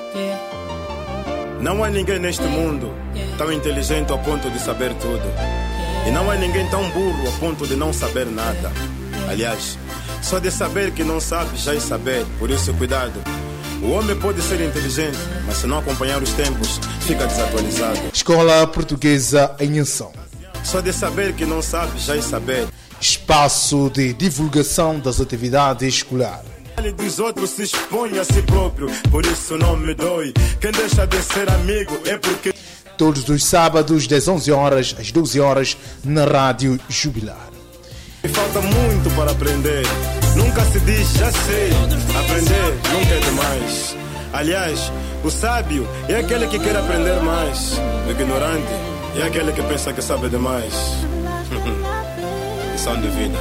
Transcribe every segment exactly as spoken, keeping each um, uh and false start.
Não há ninguém neste mundo tão inteligente ao ponto de saber tudo. E não há ninguém tão burro ao ponto de não saber nada. Aliás, só de saber que não sabe já é saber, por isso cuidado. O homem pode ser inteligente, mas se não acompanhar os tempos, fica desatualizado. Escola Portuguesa em Ação. Só de saber que não sabe já é saber. Espaço de divulgação das atividades escolares. Dos outros se expõe a si próprio, por isso não me dói. Quem deixa de ser amigo é porque... Todos os sábados, das onze horas às doze horas, na Rádio Jubilar. Falta muito para aprender. Nunca se diz já sei. Aprender nunca é demais. Aliás, o sábio é aquele que quer aprender mais. O ignorante é aquele que pensa que sabe demais. Lição de vida.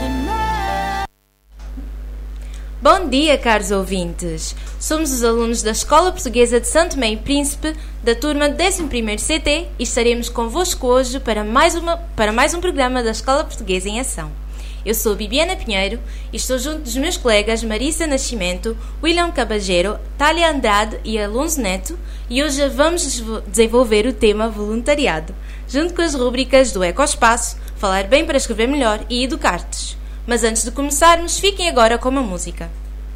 Bom dia, caros ouvintes. Somos os alunos da Escola Portuguesa de Santo Tomé e Príncipe, da turma décimo primeiro C T, e estaremos convosco hoje para mais, uma, para mais um programa da Escola Portuguesa em Ação. Eu sou Bibiana Pinheiro e estou junto dos meus colegas Marissa Nascimento, William Cabageiro, Thalia Andrade e Alonso Neto, e hoje vamos desenvolver o tema voluntariado, junto com as rúbricas do Ecoespaço, Falar Bem para Escrever Melhor e Educar-te. Mas antes de começarmos, fiquem agora com uma música.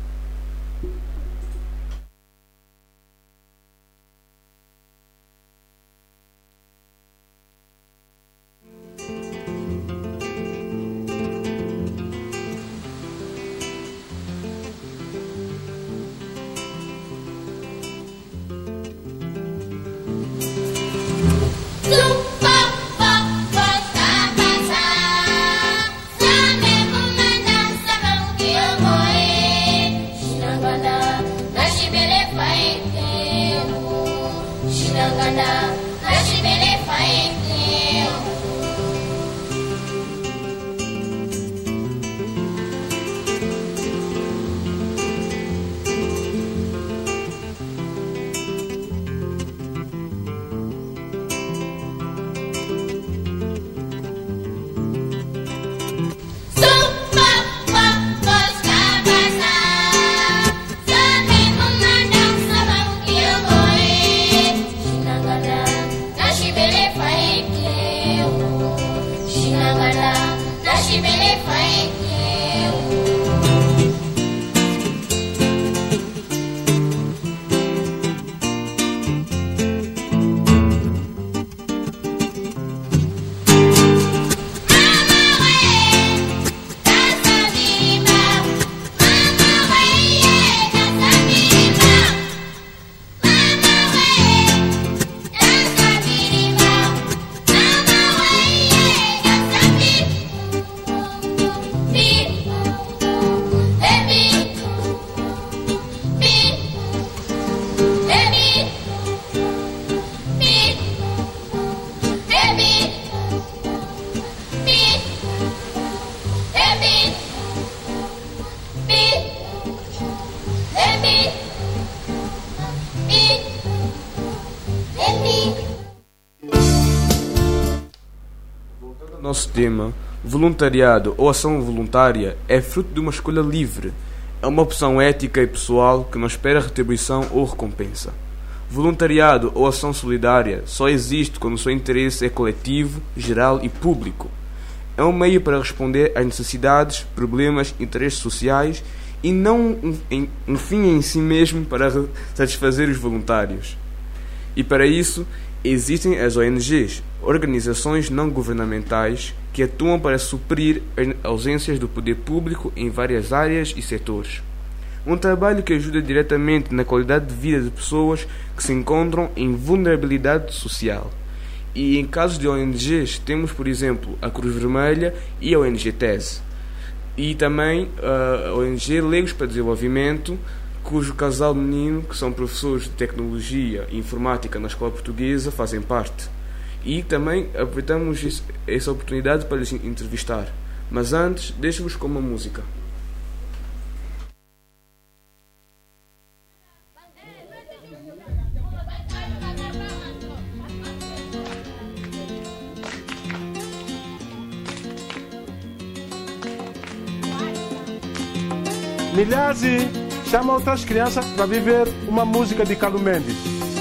Nosso tema, voluntariado ou ação voluntária, é fruto de uma escolha livre. É uma opção ética e pessoal que não espera retribuição ou recompensa. Voluntariado ou ação solidária só existe quando o seu interesse é coletivo, geral e público. É um meio para responder às necessidades, problemas, interesses sociais e não um, um fim em si mesmo para satisfazer os voluntários. E para isso existem as O N Gs, organizações não governamentais, que atuam para suprir as ausências do poder público em várias áreas e setores. Um trabalho que ajuda diretamente na qualidade de vida de pessoas que se encontram em vulnerabilidade social. E em casos de O N Gs temos, por exemplo, a Cruz Vermelha e a O N G Tese. E também a O N G Leigos para Desenvolvimento, cujo casal menino, que são professores de Tecnologia e Informática na Escola Portuguesa, fazem parte. E também aproveitamos essa oportunidade para lhes entrevistar. Mas antes, deixo-vos com uma música. Milhazi, chama outras crianças para viver uma música de Carlos Mendes.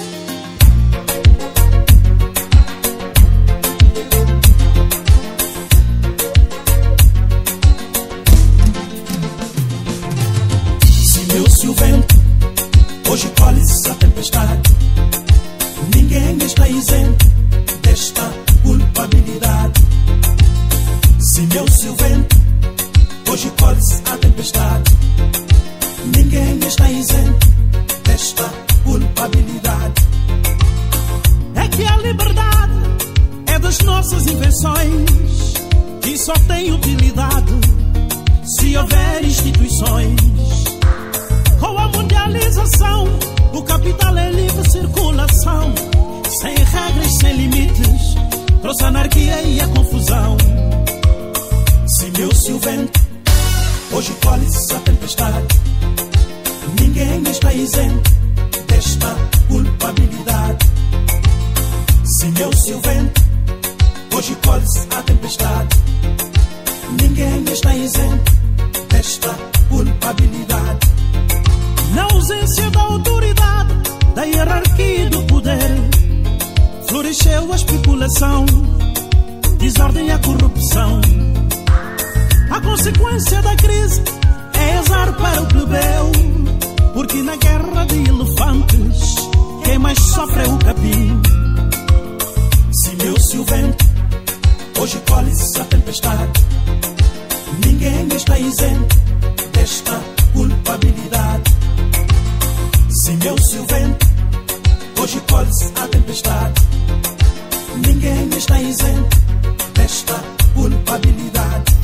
Se o vento hoje colhe-se a tempestade, ninguém está isento desta culpabilidade. Se meu se o vento hoje colhe-se a tempestade, ninguém está isento desta culpabilidade. É que a liberdade é das nossas invenções e só tem utilidade se houver instituições. Com a mundialização, o capital é livre circulação, sem regras, sem limites, trouxe a anarquia e a confusão. Se meu se o vento hoje colhe-se a tempestade, ninguém está isento desta culpabilidade. Se meu se o vento hoje colhe-se a tempestade, ninguém está isento desta culpabilidade. Na ausência da autoridade, da hierarquia e do poder, floresceu a especulação, desordem e a corrupção. A consequência da crise é azar para o plebeu, porque na guerra de elefantes, quem mais sofre é o capim. Se meu se o vento hoje colhe-se a tempestade, ninguém está isento desta culpabilidade. Se meu se o vento hoje colhe-se a tempestade, ninguém está isento desta culpabilidade.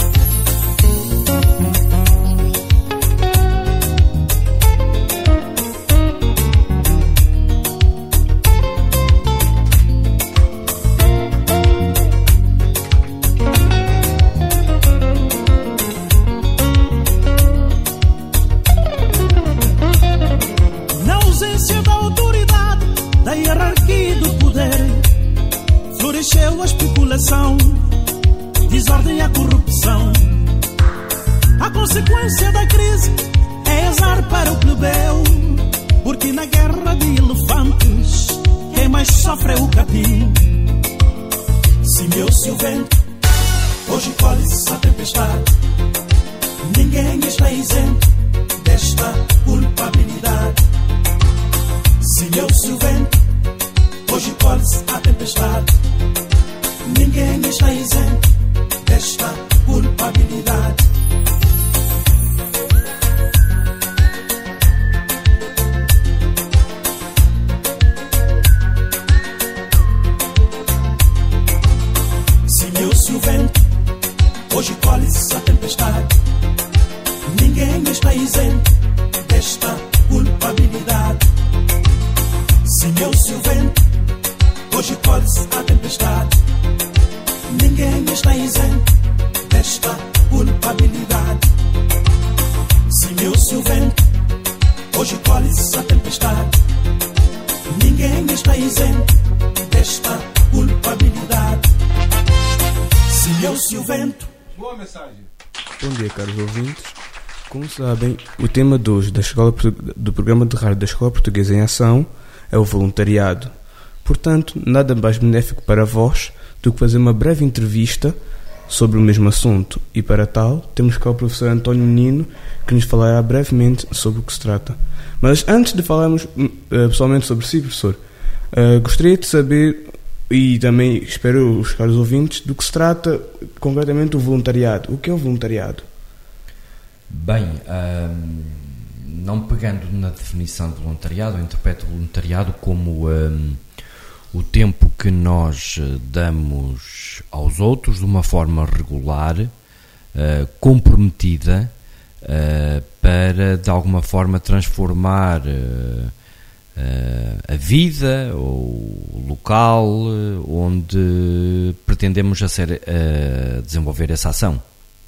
Floresceu a especulação, desordem e a corrupção. A consequência da crise é azar para o plebeu, porque na guerra de elefantes, quem mais sofre é o capim. Se meu se o vento hoje colhe-se a tempestade, ninguém está isento desta culpabilidade. Se meu se o vento hoje colhe-se a tempestade, ninguém está isento desta culpabilidade. Se meu se o vento hoje colhe-se a tempestade, ninguém está isento desta culpabilidade. Se meu se o vento hoje colhe-se a tempestade, ninguém está isento desta culpabilidade. Se meu se o vento hoje colhe-se a tempestade, ninguém está isento desta culpabilidade. Se meu se o vento. Boa mensagem. Bom dia, caros ouvintes. Como sabem, o tema de hoje da escola, do programa de rádio da Escola Portuguesa em Ação é o voluntariado. Portanto, nada mais benéfico para vós do que fazer uma breve entrevista sobre o mesmo assunto. E para tal, temos cá o professor António Menino, que nos falará brevemente sobre o que se trata. Mas antes de falarmos uh, pessoalmente sobre si, professor, uh, gostaria de saber, e também espero os caros ouvintes, do que se trata concretamente o voluntariado. O que é o voluntariado? Bem, hum, não pegando na definição de voluntariado, eu interpreto o voluntariado como hum, o tempo que nós damos aos outros de uma forma regular, uh, comprometida, uh, para de alguma forma transformar uh, uh, a vida ou o local onde pretendemos a ser, uh, desenvolver essa ação.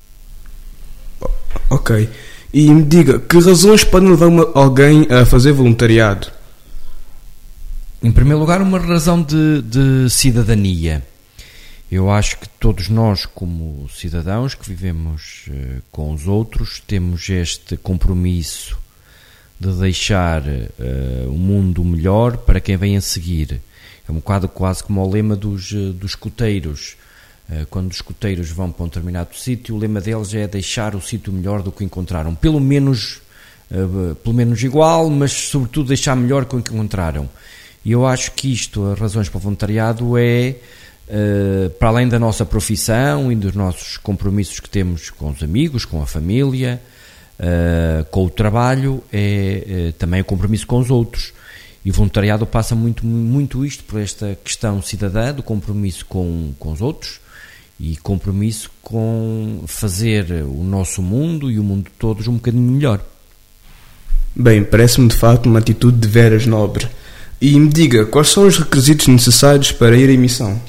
Ok. E me diga, que razões podem levar uma, alguém a fazer voluntariado? Em primeiro lugar, uma razão de, de cidadania. Eu acho que todos nós, como cidadãos que vivemos uh, com os outros, temos este compromisso de deixar uh, o mundo melhor para quem vem a seguir. É um bocado quase como o lema dos, dos escuteiros. Uh, quando os escuteiros vão para um determinado sítio, o lema deles é deixar o sítio melhor do que encontraram. Pelo menos, uh, pelo menos igual, mas sobretudo deixar melhor do que encontraram. E eu acho que isto, as razões para o voluntariado é, uh, para além da nossa profissão e dos nossos compromissos que temos com os amigos, com a família, uh, com o trabalho, é uh, também o compromisso com os outros. E o voluntariado passa muito, muito isto por esta questão cidadã, do compromisso com, com os outros e compromisso com fazer o nosso mundo e o mundo de todos um bocadinho melhor. Bem, parece-me de facto uma atitude de veras nobre. E me diga, quais são os requisitos necessários para ir à missão?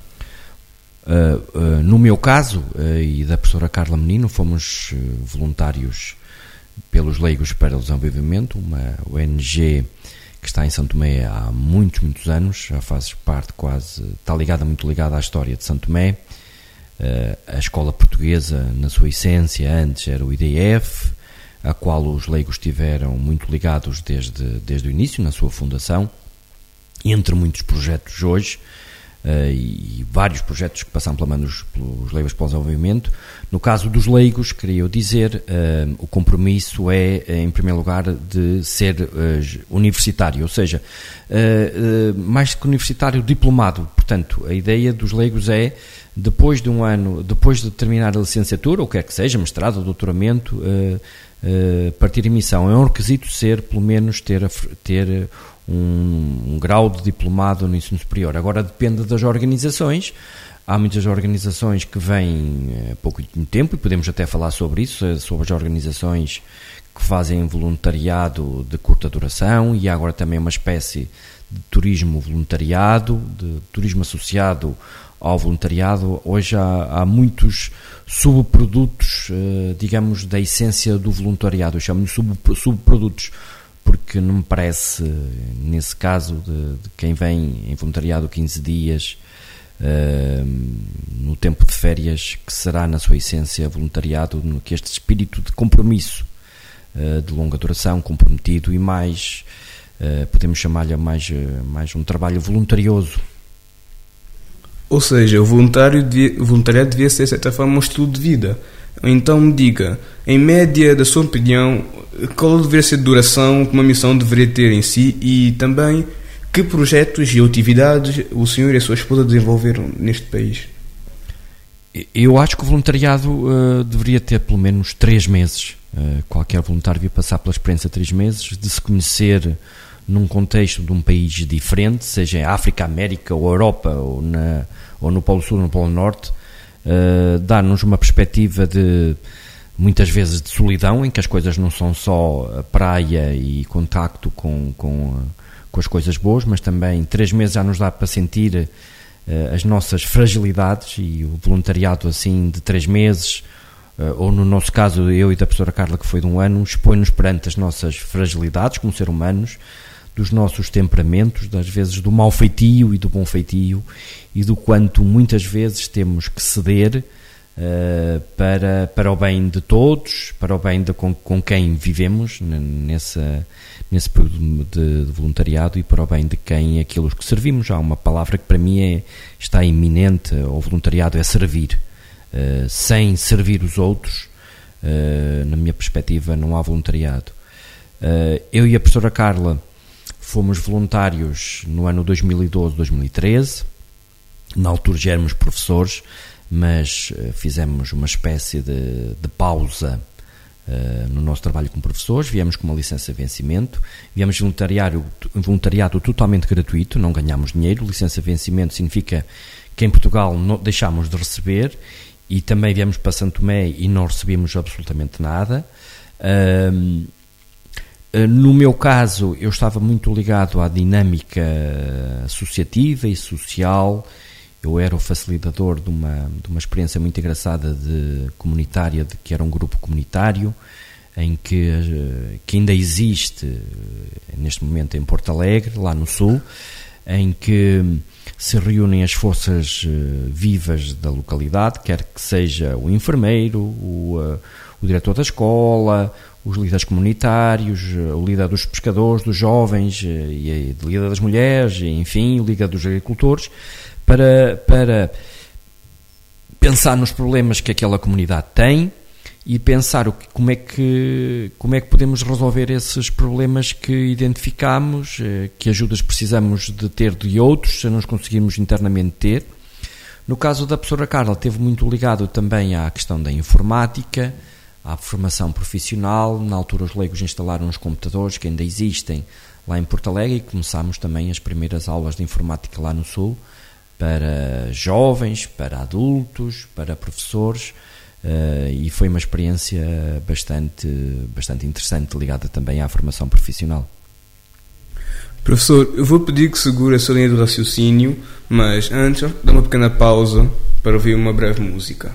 Uh, uh, no meu caso, uh, e da professora Carla Menino, fomos uh, voluntários pelos Leigos para o Desenvolvimento, uma O N G que está em São Tomé há muitos, muitos anos, já faz parte quase, está ligada, muito ligada à história de São Tomé. Uh, a escola portuguesa, na sua essência, antes era o I D F, a qual os leigos estiveram muito ligados desde, desde o início, na sua fundação, entre muitos projetos hoje, uh, e vários projetos que passaram pela mão dos, pelos Leigos para o Desenvolvimento. No caso dos leigos, queria eu dizer, uh, o compromisso é, em primeiro lugar, de ser uh, universitário, ou seja, uh, uh, mais que universitário, diplomado. Portanto, a ideia dos leigos é, depois de um ano, depois de terminar a licenciatura, ou quer que seja, mestrado ou doutoramento, uh, uh, partir em missão. É um requisito ser, pelo menos, ter, ter um, um grau de diplomado no ensino superior. Agora depende das organizações. Há muitas organizações que vêm há pouco tempo, e podemos até falar sobre isso, sobre as organizações que fazem voluntariado de curta duração, e há agora também uma espécie de turismo voluntariado, de turismo associado ao voluntariado. Hoje há, há muitos subprodutos, digamos, da essência do voluntariado. Eu chamo-lhe sub, subprodutos, porque não me parece, nesse caso, de, de quem vem em voluntariado quinze dias, uh, no tempo de férias, que será, na sua essência, voluntariado, no, que este espírito de compromisso, uh, de longa duração, comprometido, e mais, uh, podemos chamar-lhe mais, uh, mais um trabalho voluntarioso. Ou seja, o voluntário devia, o voluntariado devia ser, de certa forma, um estilo de vida. Então me diga, em média, da sua opinião, qual deveria ser a duração que uma missão deveria ter em si, e também que projetos e atividades o senhor e a sua esposa desenvolveram neste país? Eu acho que o voluntariado uh, deveria ter pelo menos três meses. Uh, qualquer voluntário devia passar pela experiência de três meses, de se conhecer num contexto de um país diferente, seja em África, América ou Europa, ou, na, ou no Polo Sul ou no Polo Norte, uh, dar-nos uma perspectiva de, muitas vezes, de solidão, em que as coisas não são só a praia e contacto com, com, com as coisas boas, mas também três meses já nos dá para sentir uh, as nossas fragilidades, e o voluntariado assim de três meses, uh, ou no nosso caso, eu e da professora Carla, que foi de um ano, expõe-nos perante as nossas fragilidades como seres humanos, dos nossos temperamentos, das vezes do mau feitio e do bom feitio, e do quanto muitas vezes temos que ceder uh, para, para o bem de todos, para o bem de com, com quem vivemos nessa, nesse período de, de voluntariado, e para o bem de quem aqueles que servimos. Há uma palavra que para mim é, está iminente ao voluntariado, é servir. Uh, sem servir os outros, uh, na minha perspectiva, não há voluntariado. Uh, eu e a professora Carla fomos voluntários no ano dois mil e doze, dois mil e treze. Na altura já éramos professores, mas uh, fizemos uma espécie de, de pausa uh, no nosso trabalho como professores. Viemos com uma licença de vencimento, viemos voluntariado, voluntariado totalmente gratuito, não ganhámos dinheiro. Licença de vencimento significa que em Portugal não deixámos de receber, e também viemos para São Tomé e não recebemos absolutamente nada. Uh, No meu caso, eu estava muito ligado à dinâmica associativa e social. Eu era o facilitador de uma, de uma experiência muito engraçada de comunitária, de, que era um grupo comunitário, em que, que ainda existe neste momento em Porto Alegre, lá no Sul, em que se reúnem as forças uh, vivas da localidade, quer que seja o enfermeiro, o, uh, o diretor da escola, os líderes comunitários, uh, o líder dos pescadores, dos jovens, uh, e o líder das mulheres, e, enfim, o líder dos agricultores, para, para pensar nos problemas que aquela comunidade tem e pensar o que, como, é que, como é que podemos resolver esses problemas que identificamos, que ajudas precisamos de ter de outros, se não os conseguirmos internamente ter. No caso da professora Carla, esteve muito ligado também à questão da informática, à formação profissional. Na altura os leigos instalaram os computadores que ainda existem lá em Porto Alegre, e começámos também as primeiras aulas de informática lá no Sul, para jovens, para adultos, para professores. Uh, e foi uma experiência bastante, bastante interessante, ligada também à formação profissional. Professor, eu vou pedir que segure a sua linha do raciocínio, mas antes dá uma pequena pausa para ouvir uma breve música.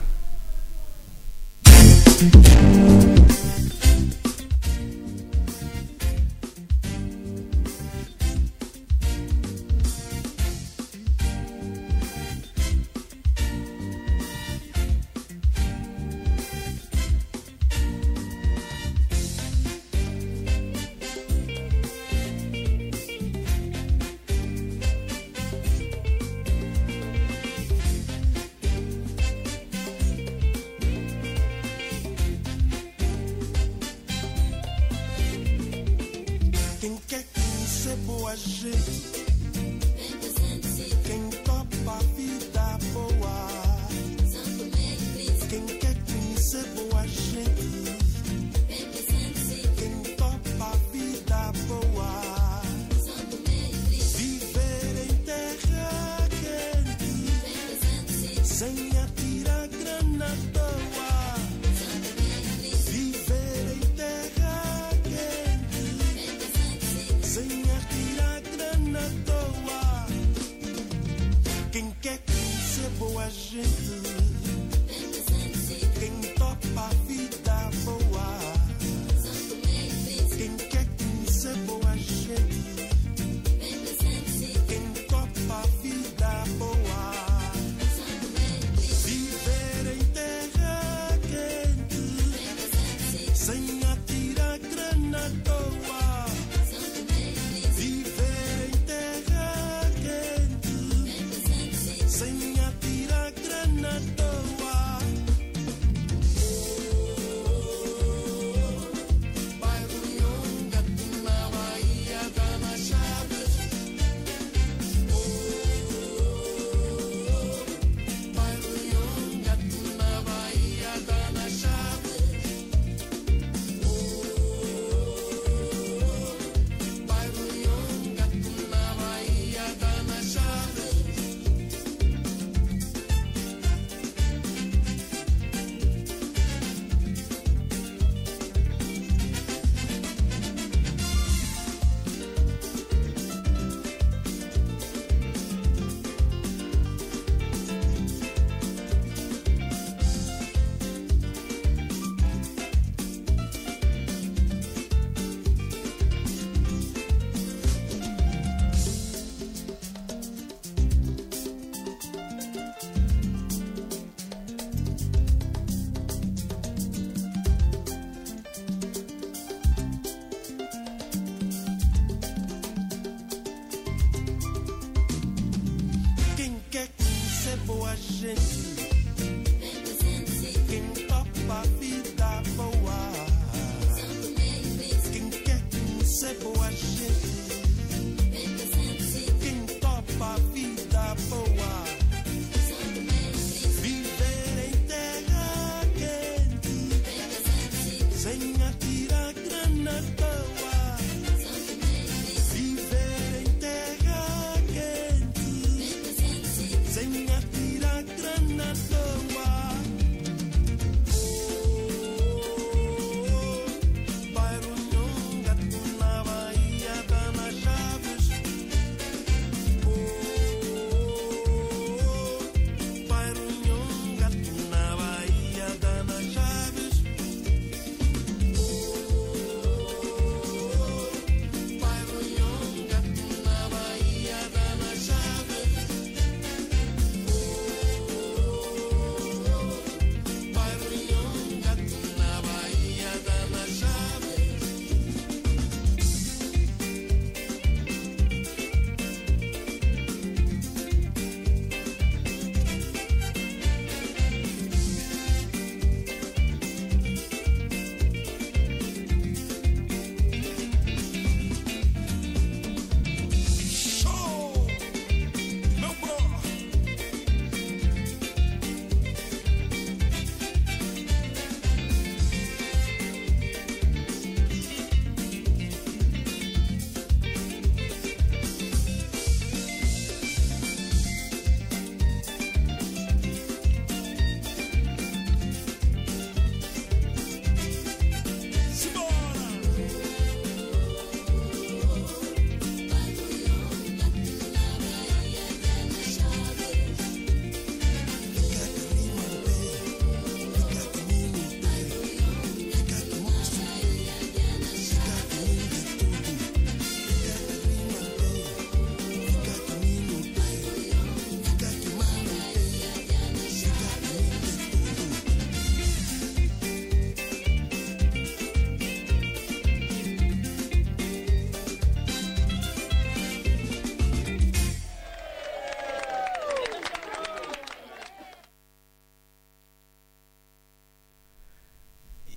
Sem atirar grana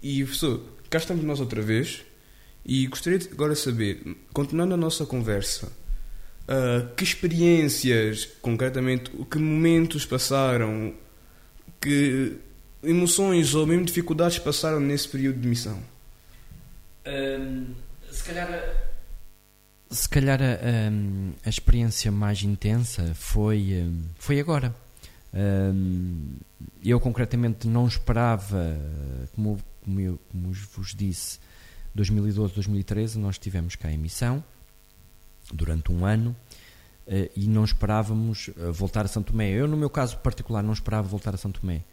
E, professor, cá estamos nós outra vez e gostaria de agora saber, continuando a nossa conversa, uh, que experiências, concretamente, que momentos passaram, que emoções ou mesmo dificuldades passaram nesse período de missão? Um, se calhar... Se calhar a, a, a experiência mais intensa foi, foi agora. Eu concretamente não esperava, como, como eu como vos disse, dois mil e doze, dois mil e treze nós estivemos cá em missão durante um ano e não esperávamos voltar a São Tomé. Eu, no meu caso particular, não esperava voltar a São Tomé.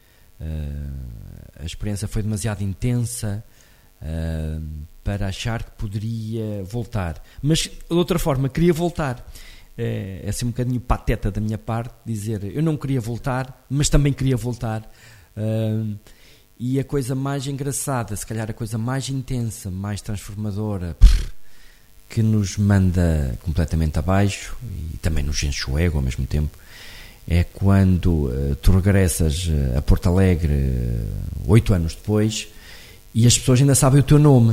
A experiência foi demasiado intensa Uh, para achar que poderia voltar, mas de outra forma queria voltar. É, é assim um bocadinho pateta da minha parte dizer eu não queria voltar, mas também queria voltar. Uh, e a coisa mais engraçada, se calhar a coisa mais intensa, mais transformadora, que nos manda completamente abaixo e também nos enche o ego ao mesmo tempo, é quando uh, tu regressas a Porto Alegre oito uh, anos depois e as pessoas ainda sabem o teu nome,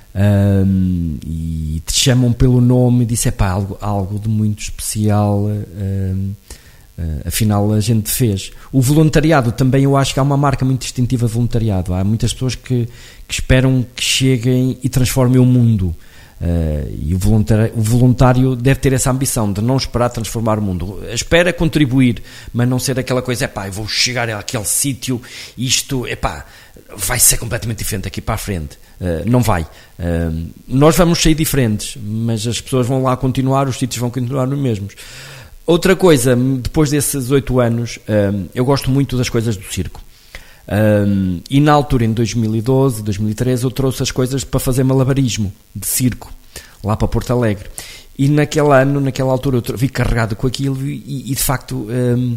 um, e te chamam pelo nome e dizem, epá, algo, algo de muito especial, um, uh, afinal a gente fez. O voluntariado também, eu acho que há uma marca muito distintiva de voluntariado. Há muitas pessoas que, que esperam que cheguem e transformem o mundo. Uh, e o voluntário, o voluntário deve ter essa ambição de não esperar transformar o mundo, espera contribuir, mas não ser aquela coisa, epá, eu vou chegar àquele sítio, isto, epá, vai ser completamente diferente daqui para a frente. Uh, não vai. Uh, nós vamos sair diferentes, mas as pessoas vão lá continuar, os sítios vão continuar nos mesmos. Outra coisa, depois desses oito anos, uh, eu gosto muito das coisas do circo. Um, e na altura, em dois mil e doze, dois mil e treze, eu trouxe as coisas para fazer malabarismo de circo lá para Porto Alegre, e naquele ano, naquela altura eu vi carregado com aquilo e, e de facto um,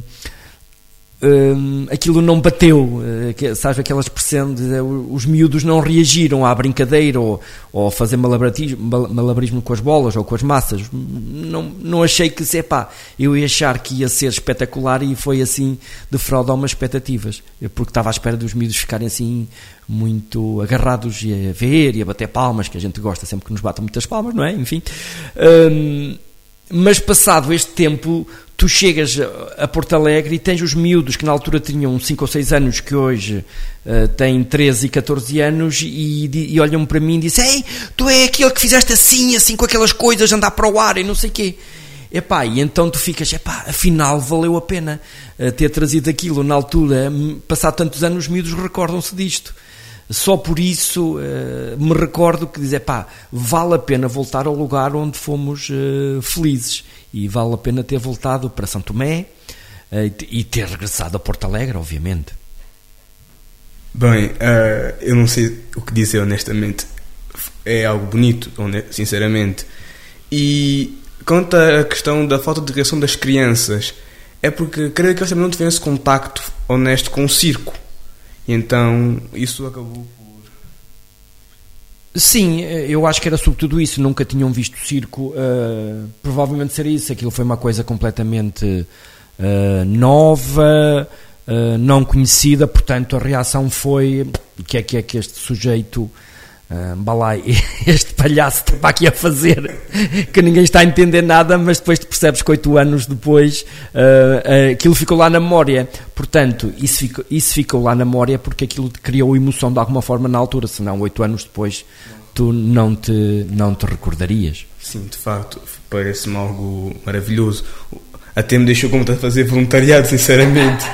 um, aquilo não bateu, uh, sabes, aquela expressão de uh, os miúdos não reagiram à brincadeira ou, ou fazer malabarismo, malabarismo com as bolas ou com as massas. Não, não achei que, epá, eu ia achar que ia ser espetacular e foi assim de fraude a umas expectativas, porque estava à espera dos miúdos ficarem assim muito agarrados e a ver e a bater palmas, que a gente gosta sempre que nos batam muitas palmas, não é? Enfim, um, mas passado este tempo tu chegas a Porto Alegre e tens os miúdos que na altura tinham cinco ou seis anos, que hoje uh, têm treze e catorze anos, e, e olham para mim e dizem, ei, tu é aquele que fizeste assim, assim com aquelas coisas, andar para o ar e não sei o quê. Epá, e então tu ficas, epá, afinal valeu a pena uh, ter trazido aquilo na altura. Passado tantos anos os miúdos recordam-se disto. Só por isso uh, me recordo que diz, epá, vale a pena voltar ao lugar onde fomos uh, felizes, e vale a pena ter voltado para São Tomé uh, e ter regressado a Porto Alegre, obviamente. Bem, uh, eu não sei o que dizer honestamente. É algo bonito, sinceramente. E quanto à questão da falta de reação das crianças, é porque creio que eles também não tiveram esse contacto honesto com o circo. E então isso acabou por... Sim, eu acho que era sobretudo isso. Nunca tinham visto circo, uh, provavelmente seria isso. Aquilo foi uma coisa completamente uh, nova, uh, não conhecida, portanto a reação foi, o que é que é que este sujeito, uh, balai, este palhaço está aqui a fazer, que ninguém está a entender nada, mas depois te percebes que oito anos depois uh, uh, aquilo ficou lá na memória. Portanto, isso ficou, isso ficou lá na memória porque aquilo te criou emoção de alguma forma na altura, senão oito anos depois tu não te, não te recordarias. Sim, de facto, parece-me algo maravilhoso. Até me deixou como a fazer voluntariado, sinceramente.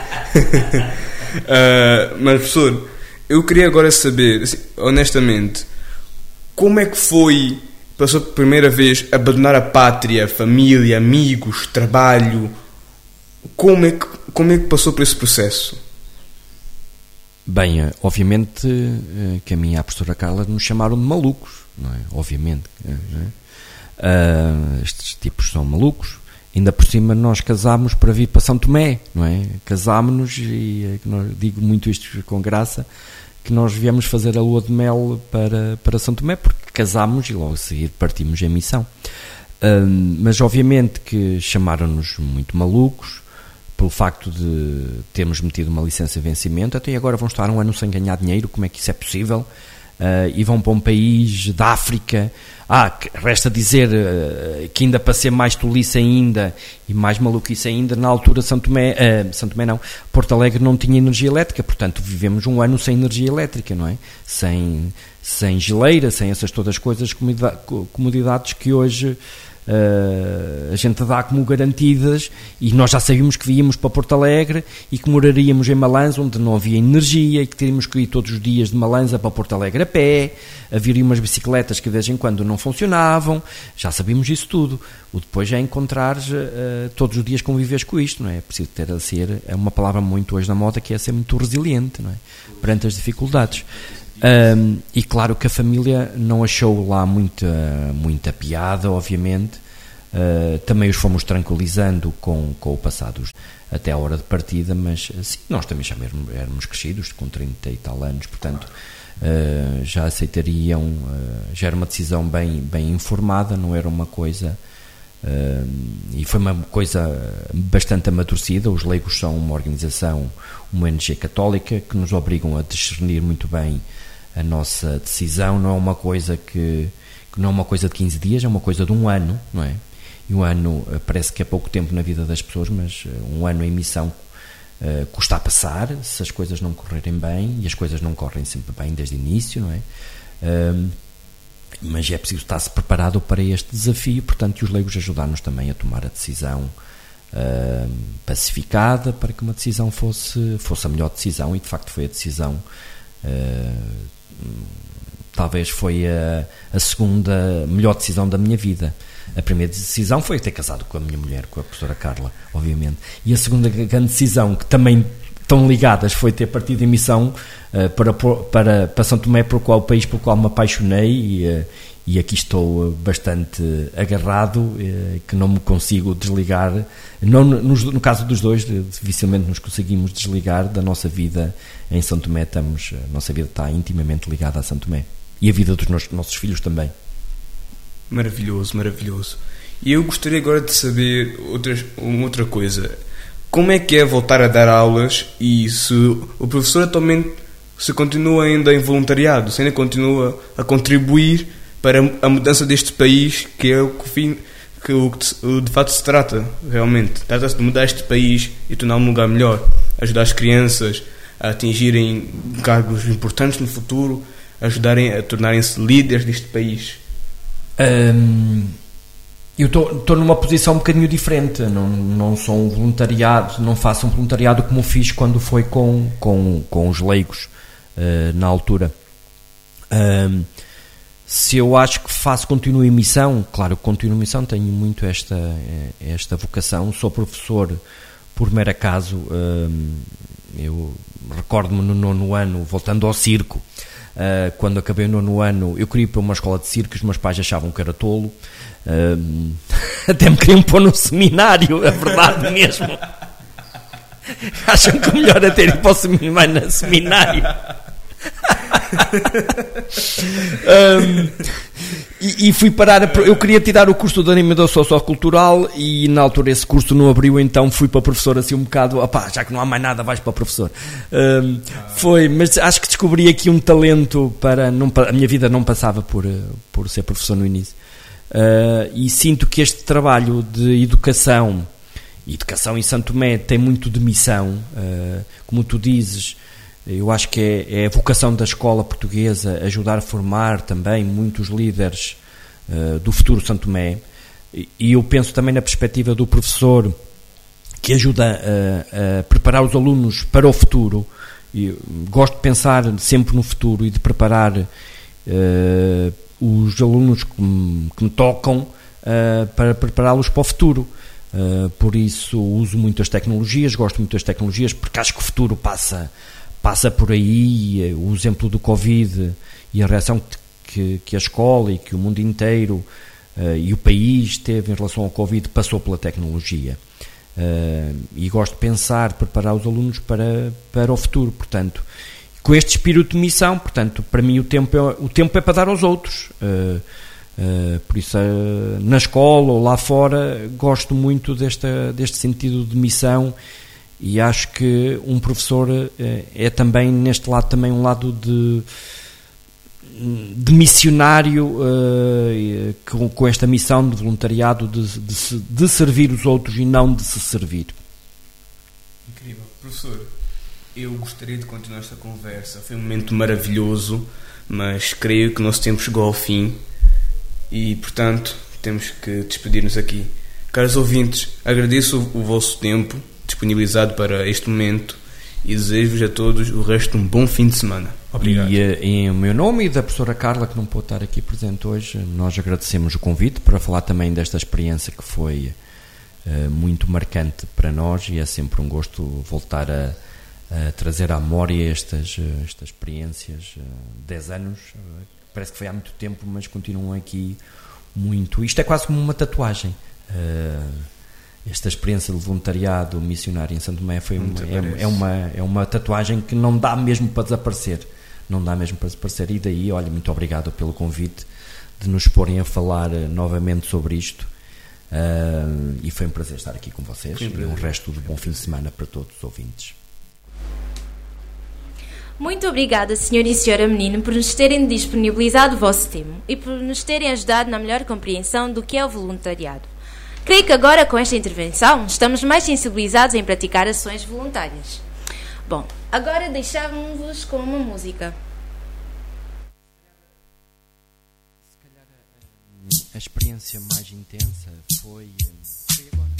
uh, mas, professor, eu queria agora saber, assim, honestamente, como é que foi, pela sua primeira vez, abandonar a pátria, família, amigos, trabalho? Como é que, como é que passou por esse processo? Bem, obviamente que a minha a professora Carla nos chamaram de malucos, não é? Obviamente. Não é? Uh, estes tipos são malucos. Ainda por cima nós casámos para vir para São Tomé, não é? Casámos-nos, e digo muito isto com graça, que nós viemos fazer a lua de mel para, para São Tomé, porque casámos e logo a seguir partimos em missão. Uh, mas obviamente que chamaram-nos muito malucos, pelo facto de termos metido uma licença de vencimento, até agora vão estar um ano sem ganhar dinheiro, como é que isso é possível? Uh, e vão para um país da África. Ah, resta dizer uh, que ainda para ser mais tolice ainda e mais maluquice ainda, na altura São Tomé, uh, São Tomé não, Porto Alegre não tinha energia elétrica, portanto vivemos um ano sem energia elétrica, não é? Sem, sem geleira, sem essas todas as coisas, comodidades que hoje Uh, a gente dá como garantidas, e nós já sabíamos que víamos para Porto Alegre e que moraríamos em Malanza, onde não havia energia, e que teríamos que ir todos os dias de Malanza para Porto Alegre a pé, haveria umas bicicletas que de vez em quando não funcionavam, já sabíamos isso tudo. O depois é encontrar uh, todos os dias conviveres com isto, não é? É preciso ter a ser, é uma palavra muito hoje na moda, que é ser muito resiliente, não é? Perante as dificuldades. Um, e claro que a família não achou lá muita, muita piada, obviamente. Uh, também os fomos tranquilizando com, com o passado até a hora de partida, mas sim, nós também já éramos, éramos crescidos, com trinta e tal anos, portanto uh, já aceitariam, uh, já era uma decisão bem, bem informada, não era uma coisa, uh, e foi uma coisa bastante amadurecida. Os leigos são uma organização, uma O N G católica, que nos obrigam a discernir muito bem a nossa decisão. Não é uma coisa que, que não é uma coisa de quinze dias, é uma coisa de um ano, não é? E um ano parece que é pouco tempo na vida das pessoas, mas um ano em missão uh, custa a passar, se as coisas não correrem bem, e as coisas não correm sempre bem desde o início, não é? Uh, mas é preciso estar-se preparado para este desafio, portanto, e os leigos ajudaram-nos também a tomar a decisão uh, pacificada, para que uma decisão fosse, fosse a melhor decisão, e de facto foi a decisão. Uh, talvez foi a, a segunda melhor decisão da minha vida. A primeira decisão foi ter casado com a minha mulher, com a professora Carla, obviamente, e a segunda grande decisão, que também estão ligadas, foi ter partido em missão uh, para, para, para São Tomé, por qual, o país pelo qual me apaixonei, e, uh, e aqui estou bastante agarrado, uh, que não me consigo desligar. Não, no, no caso dos dois, dificilmente nos conseguimos desligar da nossa vida em São Tomé. Estamos, a nossa vida está intimamente ligada a São Tomé, e a vida dos nossos, nossos filhos também. Maravilhoso, maravilhoso. E eu gostaria agora de saber outras, uma outra coisa. Como é que é voltar a dar aulas, e se o professor atualmente se continua ainda em voluntariado, se ainda continua a contribuir para a mudança deste país, que é o que, fim, que o que de fato se trata, realmente. Trata-se de mudar este país e torná-lo um lugar melhor, ajudar as crianças a atingirem cargos importantes no futuro, ajudarem a tornarem-se líderes deste país. Hum, eu estou numa posição um bocadinho diferente. Não, não sou um voluntariado, não faço um voluntariado como fiz quando foi com, com, com os leigos uh, na altura. Um, se eu acho que faço, continuo em missão, claro que continuo em missão, tenho muito esta, esta vocação. Sou professor por mero acaso. Um, eu recordo-me no nono ano, voltando ao circo. Uh, quando acabei o nono ano, eu queria ir para uma escola de circo, os meus pais achavam que era tolo, uh, até me queriam pôr no seminário, a verdade mesmo. Acham que o melhor é ter ido para o seminário, seminário. um, e, e fui parar a, eu queria tirar o curso de animador sociocultural, e na altura esse curso não abriu, então fui para professor assim um bocado, opá, já que não há mais nada, vais para professor. Um, foi, mas acho que descobri aqui um talento para, não, a minha vida não passava por, por ser professor no início, uh, e sinto que este trabalho de educação, educação em São Tomé tem muito de missão, uh, como tu dizes. Eu acho que é, é a vocação da escola portuguesa ajudar a formar também muitos líderes uh, do futuro São Tomé, e, e eu penso também na perspectiva do professor, que ajuda a, a preparar os alunos para o futuro. E gosto de pensar sempre no futuro e de preparar uh, os alunos que me, que me tocam uh, para prepará-los para o futuro. Uh, por isso uso muito as tecnologias, gosto muito das tecnologias, porque acho que o futuro passa... passa por aí. O exemplo do Covid e a reação que, que a escola e que o mundo inteiro uh, e o país teve em relação ao Covid passou pela tecnologia, uh, e gosto de pensar, preparar os alunos para, para o futuro, portanto, com este espírito de missão. Portanto, para mim o tempo é, o tempo é para dar aos outros, uh, uh, por isso uh, na escola ou lá fora gosto muito desta, deste sentido de missão. E acho que um professor é, é também, neste lado, também um lado de, de missionário, uh, com, com esta missão de voluntariado de, de, de servir os outros e não de se servir. Incrível. Professor, eu gostaria de continuar esta conversa. Foi um momento maravilhoso, mas creio que o nosso tempo chegou ao fim e, portanto, temos que despedir-nos aqui. Caros ouvintes, agradeço o, o vosso tempo disponibilizado para este momento e desejo-vos a todos o resto de um bom fim de semana. Obrigado. E em meu nome e da professora Carla, que não pôde estar aqui presente hoje, nós agradecemos o convite para falar também desta experiência que foi uh, muito marcante para nós, e é sempre um gosto voltar a, a trazer à memória estas, estas experiências. Uh, dez anos, uh, parece que foi há muito tempo, mas continuam aqui muito. Isto é quase como uma tatuagem. Uh, esta experiência de voluntariado missionário em Santo Tomé foi uma, é, é, uma, é uma tatuagem que não dá mesmo para desaparecer, não dá mesmo para desaparecer. E daí, olha, muito obrigado pelo convite de nos porem a falar uh, novamente sobre isto, uh, e foi um prazer estar aqui com vocês. E um resto de bom fim de semana para todos os ouvintes. Muito obrigada, senhor e senhora Menino, por nos terem disponibilizado o vosso tempo e por nos terem ajudado na melhor compreensão do que é o voluntariado. Creio que agora, com esta intervenção, estamos mais sensibilizados em praticar ações voluntárias. Bom, agora deixávamos-vos com uma música. Se calhar a, a experiência mais intensa foi, foi agora.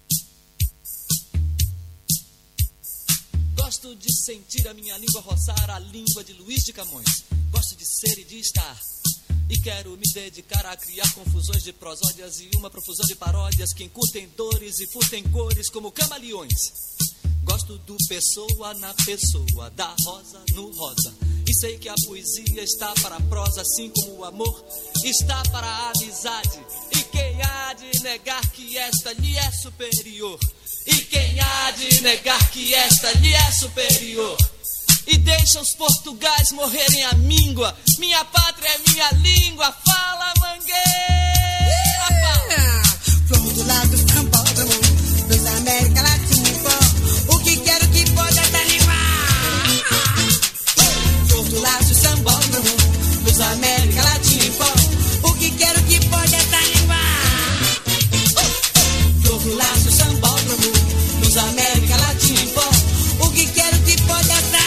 Gosto de sentir a minha língua roçar a língua de Luís de Camões. Gosto de ser e de estar. E quero me dedicar a criar confusões de prosódias e uma profusão de paródias que incutem dores e furtem cores como camaleões. Gosto do pessoa na pessoa, da rosa no rosa. E sei que a poesia está para a prosa, assim como o amor está para a amizade. E quem há de negar que esta lhe é superior? E quem há de negar que esta lhe é superior? E deixa os portugais morrerem a míngua. Minha pátria é minha língua. Fala, Mangueira, fala. Flor do lado do Sambódromo, dos América Latina. O que quero que pode até rimar. Flor do lado do Sambódromo, dos América Latina. O que quero que pode até rimar. Flor do lado do Sambódromo, dos América Latina. O que quero que pode até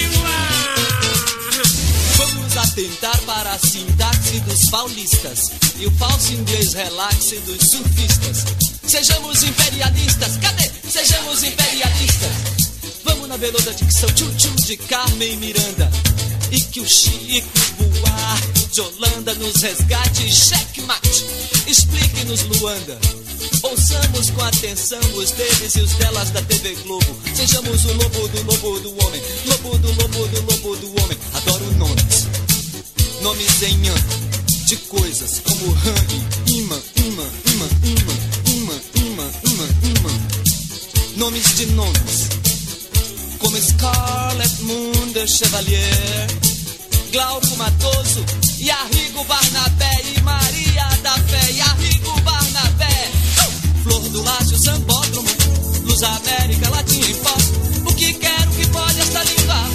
atentar para a sintaxe dos paulistas e o falso inglês relaxe dos surfistas. Sejamos imperialistas, cadê? Sejamos imperialistas. Vamos na veluda dicção tchum-tchum de Carmen Miranda. E que o Chico Buarque de Holanda nos resgate. Checkmate, explique-nos Luanda. Ouçamos com atenção os deles e os delas da T V Globo. Sejamos o lobo do lobo do homem. Lobo do lobo do lobo do homem. Adoro nomes. Nomes em an de coisas como Han, imã, imã, imã, imã, imã, imã, imã, imã. Nomes de nomes como Scarlet Moon de Chevalier, Glauco Matoso e Arrigo Barnabé e Maria da Fé e Arrigo Barnabé. Flor do Lácio Sambódromo, Luz América Latina em pó. O que quero que pode esta língua?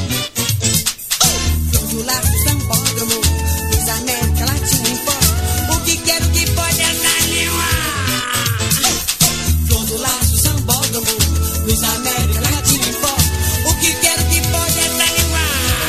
Flor do Lácio Sambódromo, Luz América Latina em pó. O que quero que pode esta língua? Flor do Lácio Sambódromo, Luz América Latina em pó. O que quero que pode esta língua?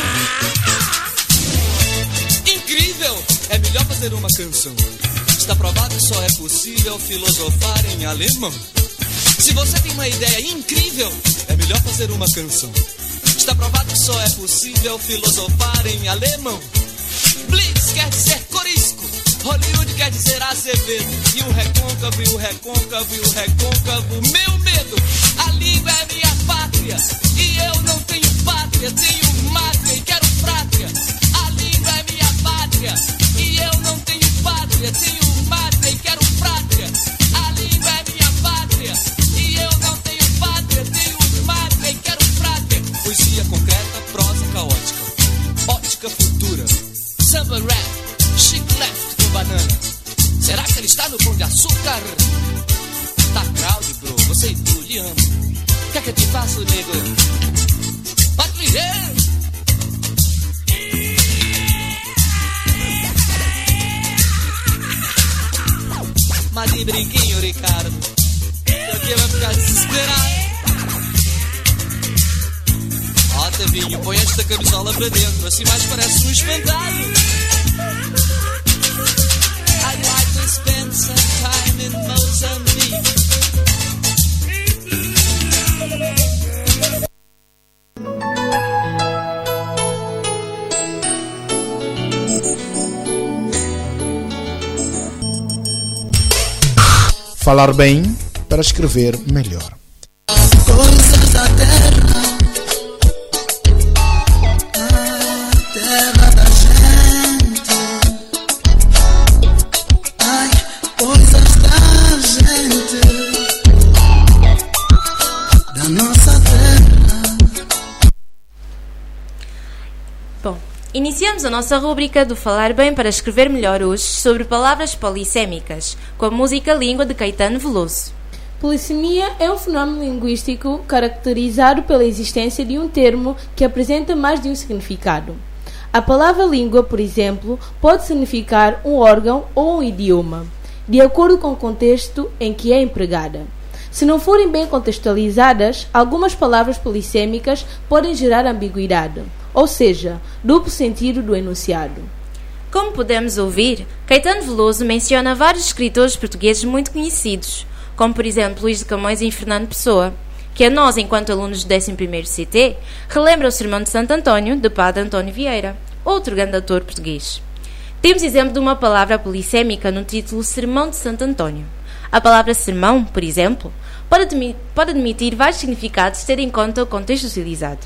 Incrível! É melhor fazer uma canção. Está provado que só é possível filosofar em alemão. Se você tem uma ideia incrível, é melhor fazer uma canção. Está provado que só é possível filosofar em alemão. Blitz quer dizer corisco, Hollywood quer dizer Azevedo. E o recôncavo, e o recôncavo, e o recôncavo, meu medo. A língua é minha pátria, e eu não tenho pátria. Tenho mátria e quero frátria. A língua é minha pátria, e eu não tenho pátria. Tenho mátria e quero frátria. A língua é minha pátria, e eu não tenho pátria. Tenho mátria e quero frátria. Poesia concreta, prosa caótica, ótica futura, samba rap, chic left com banana. Será que ele está no Pão de Açúcar? Tá crowd, bro, você e tu lhe amo. que é que eu te faço, nego? Pode viver. Mas de brinquinho, Ricardo, eu aqui vai ficar desesperado. Ó, Tavinho, põe esta camisola para dentro, assim mais parece um espantado. I'd like to spend some time in Mozambique. Falar bem para escrever melhor. Coisas da terra, a terra da gente. Ai, coisas da gente, da nossa terra. Bom, iniciamos a nossa rúbrica do Falar Bem para Escrever Melhor hoje sobre palavras polissémicas, com a música Língua de Caetano Veloso. Polissemia é um fenómeno linguístico caracterizado pela existência de um termo que apresenta mais de um significado. A palavra língua, por exemplo, pode significar um órgão ou um idioma, de acordo com o contexto em que é empregada. Se não forem bem contextualizadas, algumas palavras polissêmicas podem gerar ambiguidade, ou seja, duplo sentido do enunciado. Como podemos ouvir, Caetano Veloso menciona vários escritores portugueses muito conhecidos, como por exemplo Luís de Camões e Fernando Pessoa, que a nós, enquanto alunos do décimo primeiro C T, relembra o Sermão de Santo António, de Padre António Vieira, outro grande autor português. Temos exemplo de uma palavra polissémica no título Sermão de Santo António. A palavra sermão, por exemplo, pode admitir, pode admitir vários significados, tendo em conta o contexto utilizado.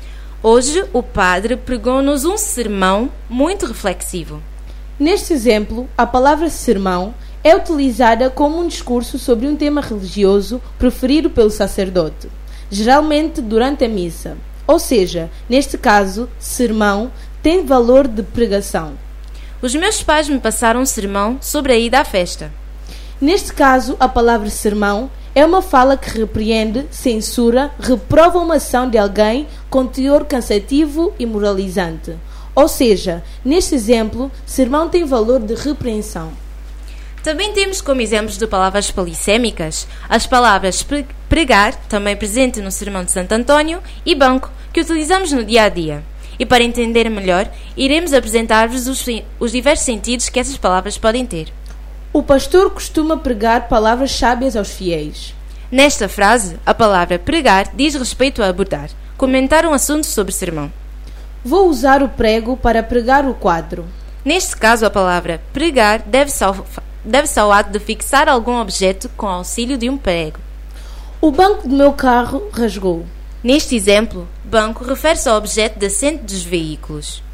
Hoje, o padre pregou-nos um sermão muito reflexivo. Neste exemplo, a palavra sermão é utilizada como um discurso sobre um tema religioso preferido pelo sacerdote, geralmente durante a missa. Ou seja, neste caso, sermão tem valor de pregação. Os meus pais me passaram um sermão sobre a ida à festa. Neste caso, a palavra sermão é uma fala que repreende, censura, reprova uma ação de alguém com teor cansativo e moralizante. Ou seja, neste exemplo, sermão tem valor de repreensão. Também temos como exemplos de palavras polissémicas as palavras pregar, também presente no Sermão de Santo António, e banco, que utilizamos no dia a dia. E para entender melhor, iremos apresentar-vos os, os diversos sentidos que essas palavras podem ter. O pastor costuma pregar palavras sábias aos fiéis. Nesta frase, a palavra pregar diz respeito a abordar, comentar um assunto sobre sermão. Vou usar o prego para pregar o quadro. Neste caso, a palavra pregar deve-se ao, deve-se ao ato de fixar algum objeto com auxílio de um prego. O banco do meu carro rasgou. Neste exemplo, banco refere-se ao objeto de assento dos veículos.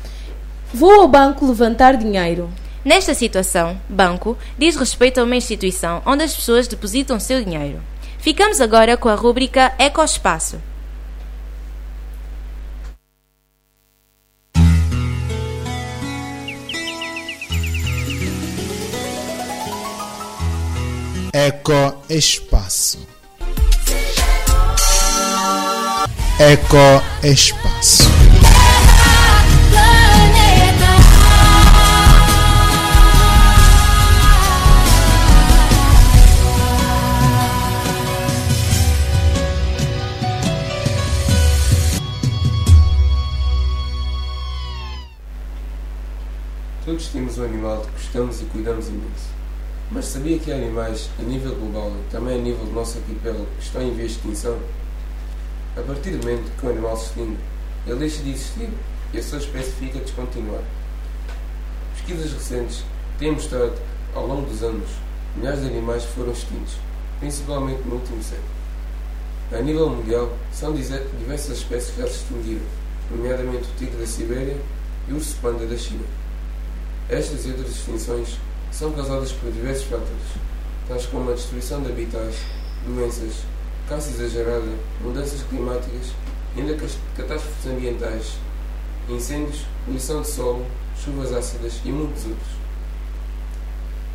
Vou ao banco levantar dinheiro. Nesta situação, banco diz respeito a uma instituição onde as pessoas depositam seu dinheiro. Ficamos agora com a rúbrica Ecoespaço. Ecoespaço. Ecoespaço. Todos temos um animal que gostamos e cuidamos imenso. Mas sabia que há animais, a nível global e também a nível do nosso arquipélago, que estão em vias de extinção? A partir do momento que um animal se extingue, ele deixa de existir e a sua espécie fica descontinuada. Pesquisas recentes têm mostrado que, ao longo dos anos, milhares de animais foram extintos, principalmente no último século. A nível mundial, são diversas espécies que já se extinguiram, nomeadamente o tigre da Sibéria e o urso panda da China. Estas e outras extinções são causadas por diversos fatores, tais como a destruição de habitats, doenças, caça exagerada, mudanças climáticas, ainda catástrofes ambientais, incêndios, poluição de solo, chuvas ácidas e muitos outros.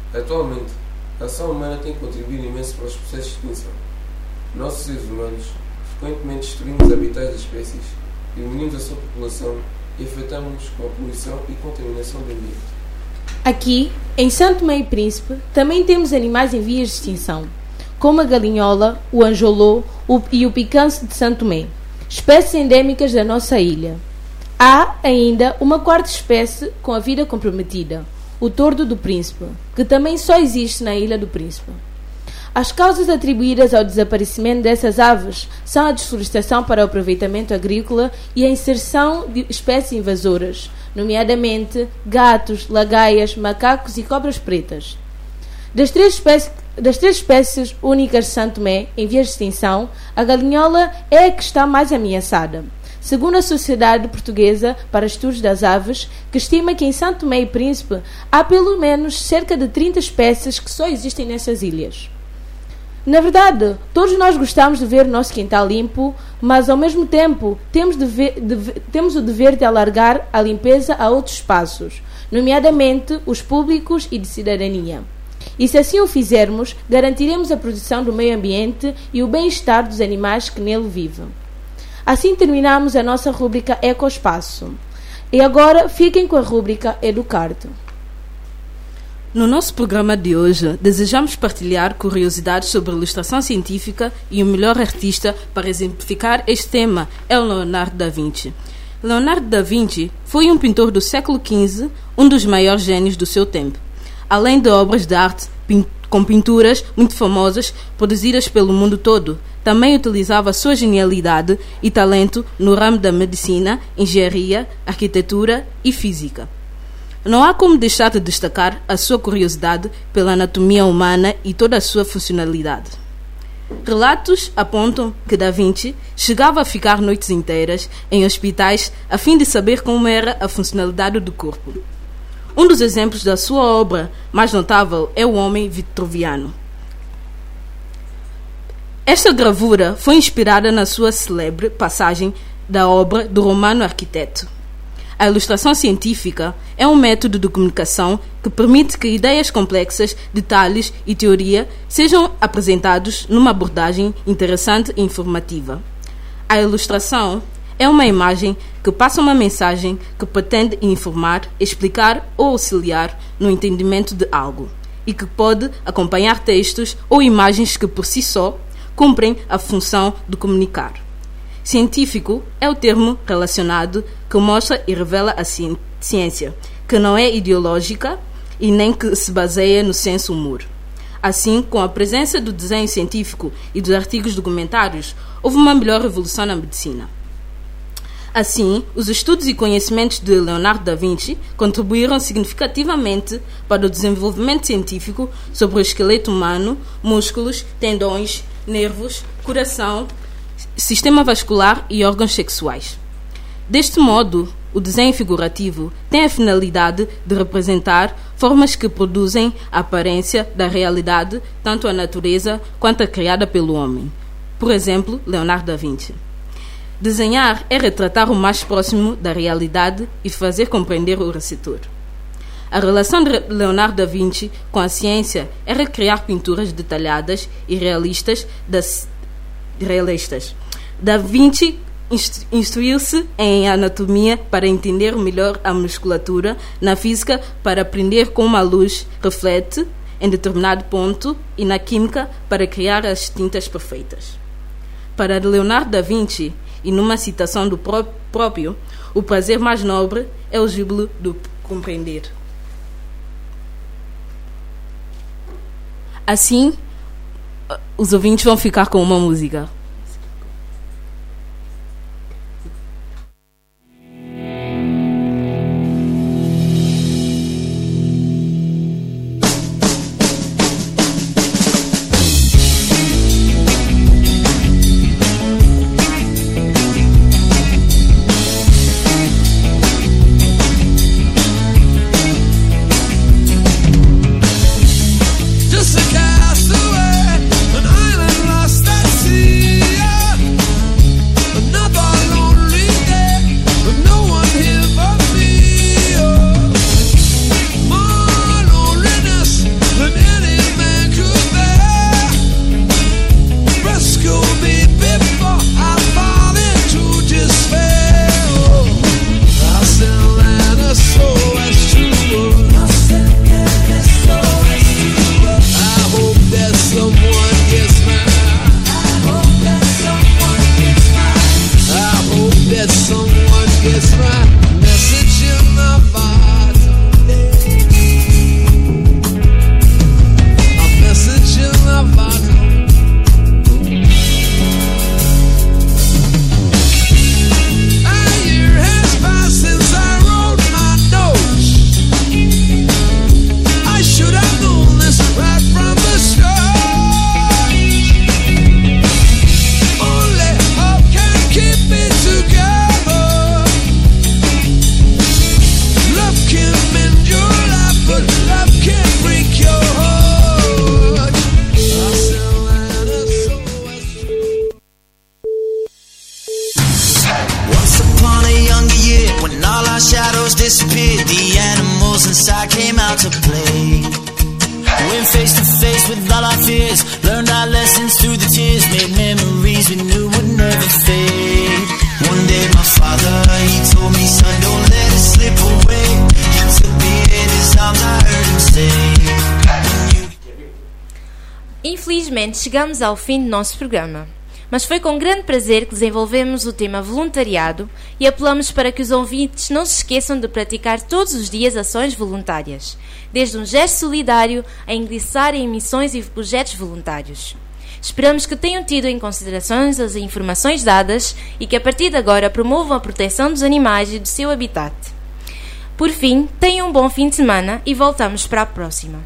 Atualmente, a ação humana tem contribuído imenso para os processos de extinção. Nós, seres humanos, Frequentemente destruímos habitats das espécies, diminuímos a sua população e afetamos-nos com a poluição e contaminação do ambiente. Aqui, em Santo Tomé e Príncipe, também temos animais em vias de extinção, como a galinhola, o anjolô o, e o picanço de Santo Tomé, espécies endémicas da nossa ilha. Há ainda uma quarta espécie com a vida comprometida, o tordo do príncipe, que também só existe na Ilha do Príncipe. As causas atribuídas ao desaparecimento dessas aves são a desflorestação para o aproveitamento agrícola e a inserção de espécies invasoras, nomeadamente gatos, lagaias, macacos e cobras pretas. Das três espécies, das três espécies únicas de Santo Tomé em vias de extinção, a galinhola é a que está mais ameaçada, segundo a Sociedade Portuguesa para Estudos das Aves, que estima que em Santo Tomé e Príncipe há pelo menos cerca de trinta espécies que só existem nessas ilhas. Na verdade, todos nós gostamos de ver o nosso quintal limpo, mas ao mesmo tempo temos, de ver, de, temos o dever de alargar a limpeza a outros espaços, nomeadamente os públicos e de cidadania. E se assim o fizermos, garantiremos a proteção do meio ambiente e o bem-estar dos animais que nele vivem. Assim terminamos a nossa rúbrica Ecoespaço. E agora fiquem com a rúbrica Educarte. No nosso programa de hoje, desejamos partilhar curiosidades sobre ilustração científica e o melhor artista para exemplificar este tema é o Leonardo da Vinci. Leonardo da Vinci foi um pintor do século quinze, um dos maiores gênios do seu tempo. Além de obras de arte com pinturas muito famosas produzidas pelo mundo todo, também utilizava sua genialidade e talento no ramo da medicina, engenharia, arquitetura e física. Não há como deixar de destacar a sua curiosidade pela anatomia humana e toda a sua funcionalidade. Relatos apontam que Da Vinci chegava a ficar noites inteiras em hospitais a fim de saber como era a funcionalidade do corpo. Um dos exemplos da sua obra mais notável é o Homem Vitruviano. Esta gravura foi inspirada na sua célebre passagem da obra do Romano Arquiteto. A ilustração científica é um método de comunicação que permite que ideias complexas, detalhes e teoria sejam apresentados numa abordagem interessante e informativa. A ilustração é uma imagem que passa uma mensagem que pretende informar, explicar ou auxiliar no entendimento de algo e que pode acompanhar textos ou imagens que por si só cumprem a função de comunicar. Científico é o termo relacionado que mostra e revela a ciência, que não é ideológica e nem que se baseia no senso humor. Assim, com a presença do desenho científico e dos artigos documentários, houve uma melhor evolução na medicina. Assim, os estudos e conhecimentos de Leonardo da Vinci contribuíram significativamente para o desenvolvimento científico sobre o esqueleto humano, músculos, tendões, nervos, coração, sistema vascular e órgãos sexuais. Deste modo, o desenho figurativo tem a finalidade de representar formas que produzem a aparência da realidade, tanto a natureza quanto a criada pelo homem. Por exemplo, Leonardo da Vinci. Desenhar é retratar o mais próximo da realidade e fazer compreender o receptor. A relação de Leonardo da Vinci com a ciência é recriar pinturas detalhadas e realistas das realistas. Da Vinci instruiu-se em anatomia para entender melhor a musculatura, na física para aprender como a luz reflete em determinado ponto e na química para criar as tintas perfeitas. Para Leonardo da Vinci, e numa citação do pró- próprio, o prazer mais nobre é o júbilo do compreender. Assim, os ouvintes vão ficar com uma música. Just a castaway, an island lost at sea. Infelizmente, chegamos ao fim do nosso programa. Mas foi com grande prazer que desenvolvemos o tema voluntariado e apelamos para que os ouvintes não se esqueçam de praticar todos os dias ações voluntárias, desde um gesto solidário a ingressar em missões e projetos voluntários. Esperamos que tenham tido em considerações as informações dadas e que a partir de agora promovam a proteção dos animais e do seu habitat. Por fim, tenham um bom fim de semana e voltamos para a próxima.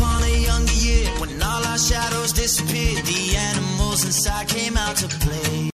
Shadows disappeared, the animals inside came out to play.